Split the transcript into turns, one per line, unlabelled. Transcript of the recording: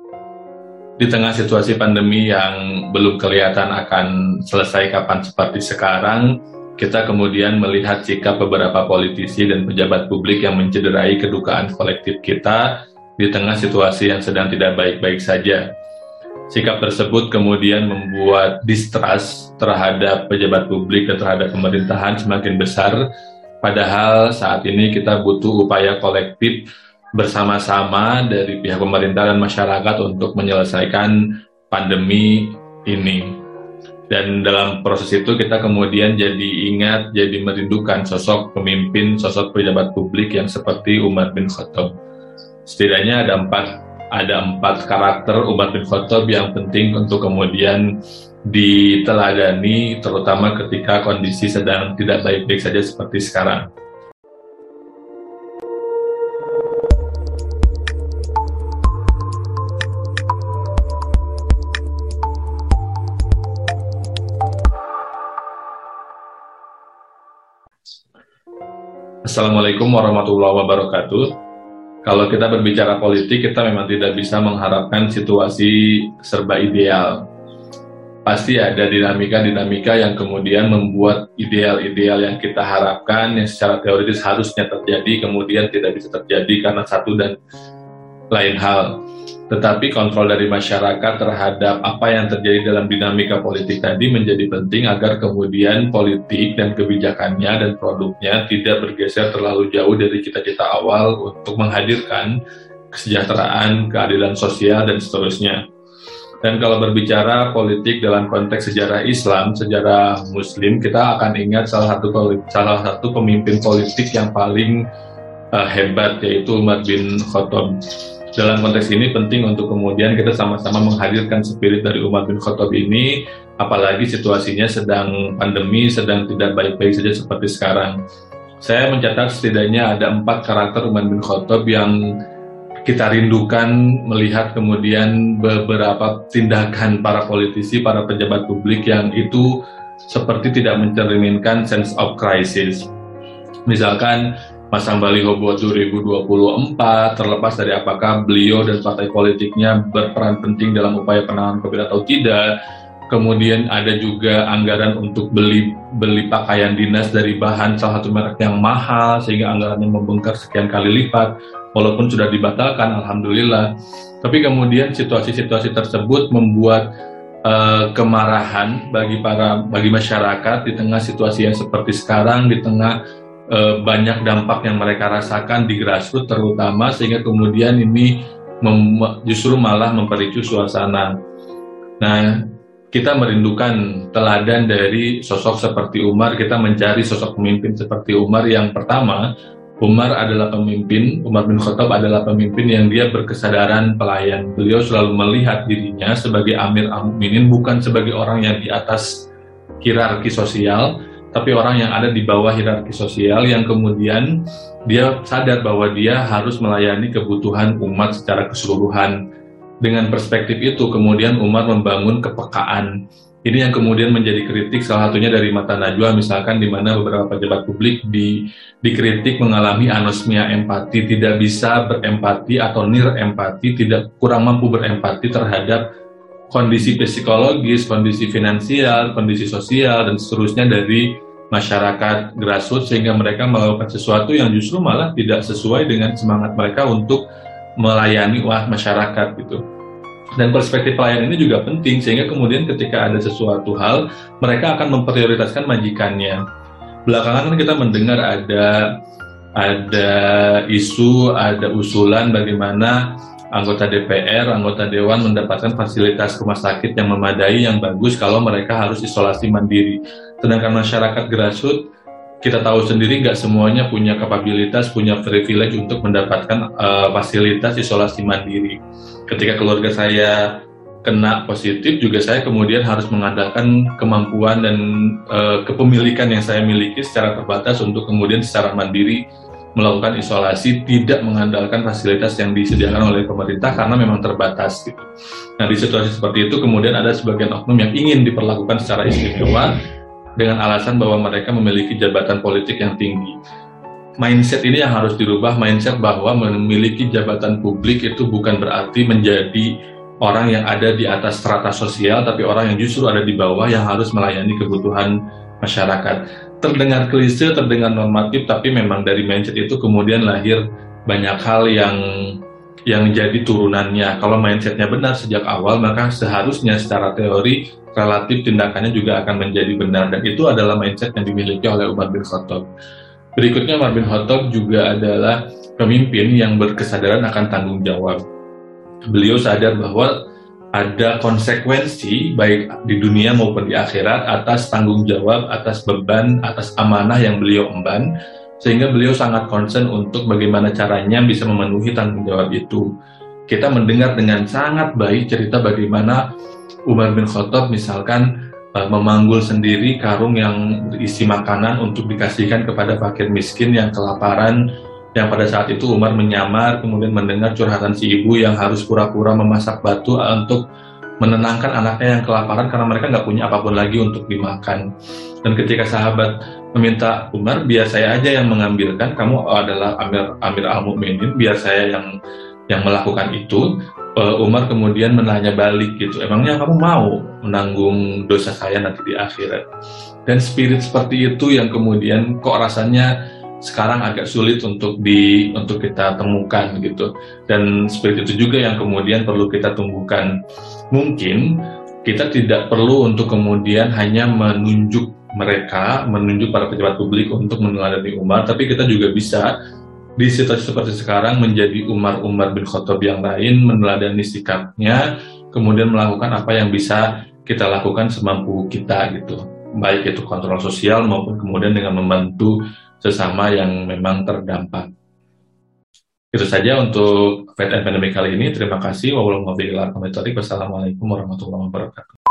Di tengah situasi pandemi yang belum kelihatan akan selesai kapan seperti sekarang, kita kemudian melihat sikap beberapa politisi dan pejabat publik yang mencederai kedukaan kolektif kita di tengah situasi yang sedang tidak baik-baik saja. Sikap tersebut kemudian membuat distrust terhadap pejabat publik dan terhadap pemerintahan semakin besar, padahal saat ini kita butuh upaya kolektif bersama-sama dari pihak pemerintah dan masyarakat untuk menyelesaikan pandemi ini. Dan dalam proses itu kita kemudian jadi ingat, jadi merindukan sosok pemimpin, sosok pejabat publik yang seperti Umar bin Khattab. Setidaknya ada empat karakter Umar bin Khattab yang penting untuk kemudian diteladani, terutama ketika kondisi sedang tidak baik-baik saja seperti sekarang. Assalamualaikum warahmatullahi wabarakatuh. Kalau kita berbicara politik, kita memang tidak bisa mengharapkan situasi serba ideal. Pasti ada dinamika-dinamika yang kemudian membuat ideal-ideal yang kita harapkan, yang secara teoritis harusnya terjadi, kemudian tidak bisa terjadi karena satu dan lain hal. Tetapi kontrol dari masyarakat terhadap apa yang terjadi dalam dinamika politik tadi menjadi penting agar kemudian politik dan kebijakannya dan produknya tidak bergeser terlalu jauh dari cita-cita awal untuk menghadirkan kesejahteraan, keadilan sosial, dan seterusnya. Dan kalau berbicara politik dalam konteks sejarah Islam, sejarah Muslim, kita akan ingat salah satu pemimpin politik yang paling hebat, yaitu Umar bin Khattab. Dalam konteks ini penting untuk kemudian kita sama-sama menghadirkan spirit dari Umar bin Khattab ini, apalagi situasinya sedang pandemi, sedang tidak baik-baik saja seperti sekarang. Saya mencatat setidaknya ada 4 karakter Umar bin Khattab yang kita rindukan melihat kemudian beberapa tindakan para politisi, para pejabat publik yang itu seperti tidak mencerminkan sense of crisis. Misalkan pasang baliho buat 2024, terlepas dari apakah beliau dan partai politiknya berperan penting dalam upaya penanganan COVID atau tidak. Kemudian ada juga anggaran untuk beli pakaian dinas dari bahan salah satu merek yang mahal, sehingga anggarannya membengkak sekian kali lipat, walaupun sudah dibatalkan, alhamdulillah. Tapi kemudian situasi-situasi tersebut membuat kemarahan bagi masyarakat di tengah situasi yang seperti sekarang, di tengah banyak dampak yang mereka rasakan di grassroots terutama, sehingga kemudian ini justru malah memperlicu suasana. Nah, kita merindukan teladan dari sosok seperti Umar, kita mencari sosok pemimpin seperti Umar. Yang pertama, Umar bin Khattab adalah pemimpin yang dia berkesadaran pelayan. Beliau selalu melihat dirinya sebagai Amir al-Mukminin, bukan sebagai orang yang di atas hierarki sosial, tapi orang yang ada di bawah hierarki sosial, yang kemudian dia sadar bahwa dia harus melayani kebutuhan umat secara keseluruhan. Dengan perspektif itu, kemudian Umar membangun kepekaan. Ini yang kemudian menjadi kritik, salah satunya dari Mata Najwa, misalkan, di mana beberapa pejabat publik dikritik mengalami anosmia empati, tidak bisa berempati atau nirempati, tidak kurang mampu berempati terhadap kondisi psikologis, kondisi finansial, kondisi sosial, dan seterusnya dari masyarakat grassroots, sehingga mereka melakukan sesuatu yang justru malah tidak sesuai dengan semangat mereka untuk melayani masyarakat gitu. Dan perspektif pelayan ini juga penting, sehingga kemudian ketika ada sesuatu hal, mereka akan memprioritaskan majikannya. Belakangan kan kita mendengar ada isu, ada usulan bagaimana anggota DPR, anggota Dewan mendapatkan fasilitas rumah sakit yang memadai, yang bagus kalau mereka harus isolasi mandiri. Sedangkan masyarakat grassroots, kita tahu sendiri nggak semuanya punya kapabilitas, punya privilege untuk mendapatkan fasilitas isolasi mandiri. Ketika keluarga saya kena positif, juga saya kemudian harus mengandalkan kemampuan dan kepemilikan yang saya miliki secara terbatas untuk kemudian secara mandiri melakukan isolasi, tidak mengandalkan fasilitas yang disediakan oleh pemerintah karena memang terbatas gitu. Nah, di situasi seperti itu kemudian ada sebagian oknum yang ingin diperlakukan secara istimewa dengan alasan bahwa mereka memiliki jabatan politik yang tinggi. Mindset ini yang harus dirubah, mindset bahwa memiliki jabatan publik itu bukan berarti menjadi orang yang ada di atas strata sosial, tapi orang yang justru ada di bawah yang harus melayani kebutuhan masyarakat. Terdengar klise, terdengar normatif, tapi memang dari mindset itu kemudian lahir banyak hal yang jadi turunannya. Kalau mindsetnya benar sejak awal, maka seharusnya secara teori relatif tindakannya juga akan menjadi benar, dan itu adalah mindset yang dimiliki oleh Umar bin Khattab. Berikutnya, Umar bin Khattab juga adalah pemimpin yang berkesadaran akan tanggung jawab. Beliau sadar bahwa ada konsekuensi baik di dunia maupun di akhirat atas tanggung jawab, atas beban, atas amanah yang beliau emban, sehingga beliau sangat concern untuk bagaimana caranya bisa memenuhi tanggung jawab itu. Kita mendengar dengan sangat baik cerita bagaimana Umar bin Khattab misalkan memanggul sendiri karung yang berisi makanan untuk dikasihkan kepada fakir miskin yang kelaparan, yang pada saat itu Umar menyamar, kemudian mendengar curhatan si ibu yang harus pura-pura memasak batu untuk menenangkan anaknya yang kelaparan karena mereka nggak punya apapun lagi untuk dimakan. Dan ketika sahabat meminta Umar, biar saya aja yang mengambilkan, kamu adalah Amir al-Mu'minin, biar saya yang melakukan itu. Umar kemudian menanya balik gitu, emangnya kamu mau menanggung dosa saya nanti di akhirat? Dan spirit seperti itu yang kemudian kok rasanya sekarang agak sulit untuk kita temukan gitu. Dan spirit itu juga yang kemudian perlu kita tumbuhkan. Mungkin kita tidak perlu untuk kemudian hanya menunjuk para pejabat publik untuk meneladani Umar, tapi kita juga bisa di situasi seperti sekarang menjadi Umar bin Khattab yang lain, meneladani sikapnya, kemudian melakukan apa yang bisa kita lakukan semampu kita gitu, baik itu kontrol sosial maupun kemudian dengan membantu sesama yang memang terdampak. Itu saja untuk Faith and Pandemic kali ini. Terima kasih. Wassalamualaikum warahmatullahi wabarakatuh.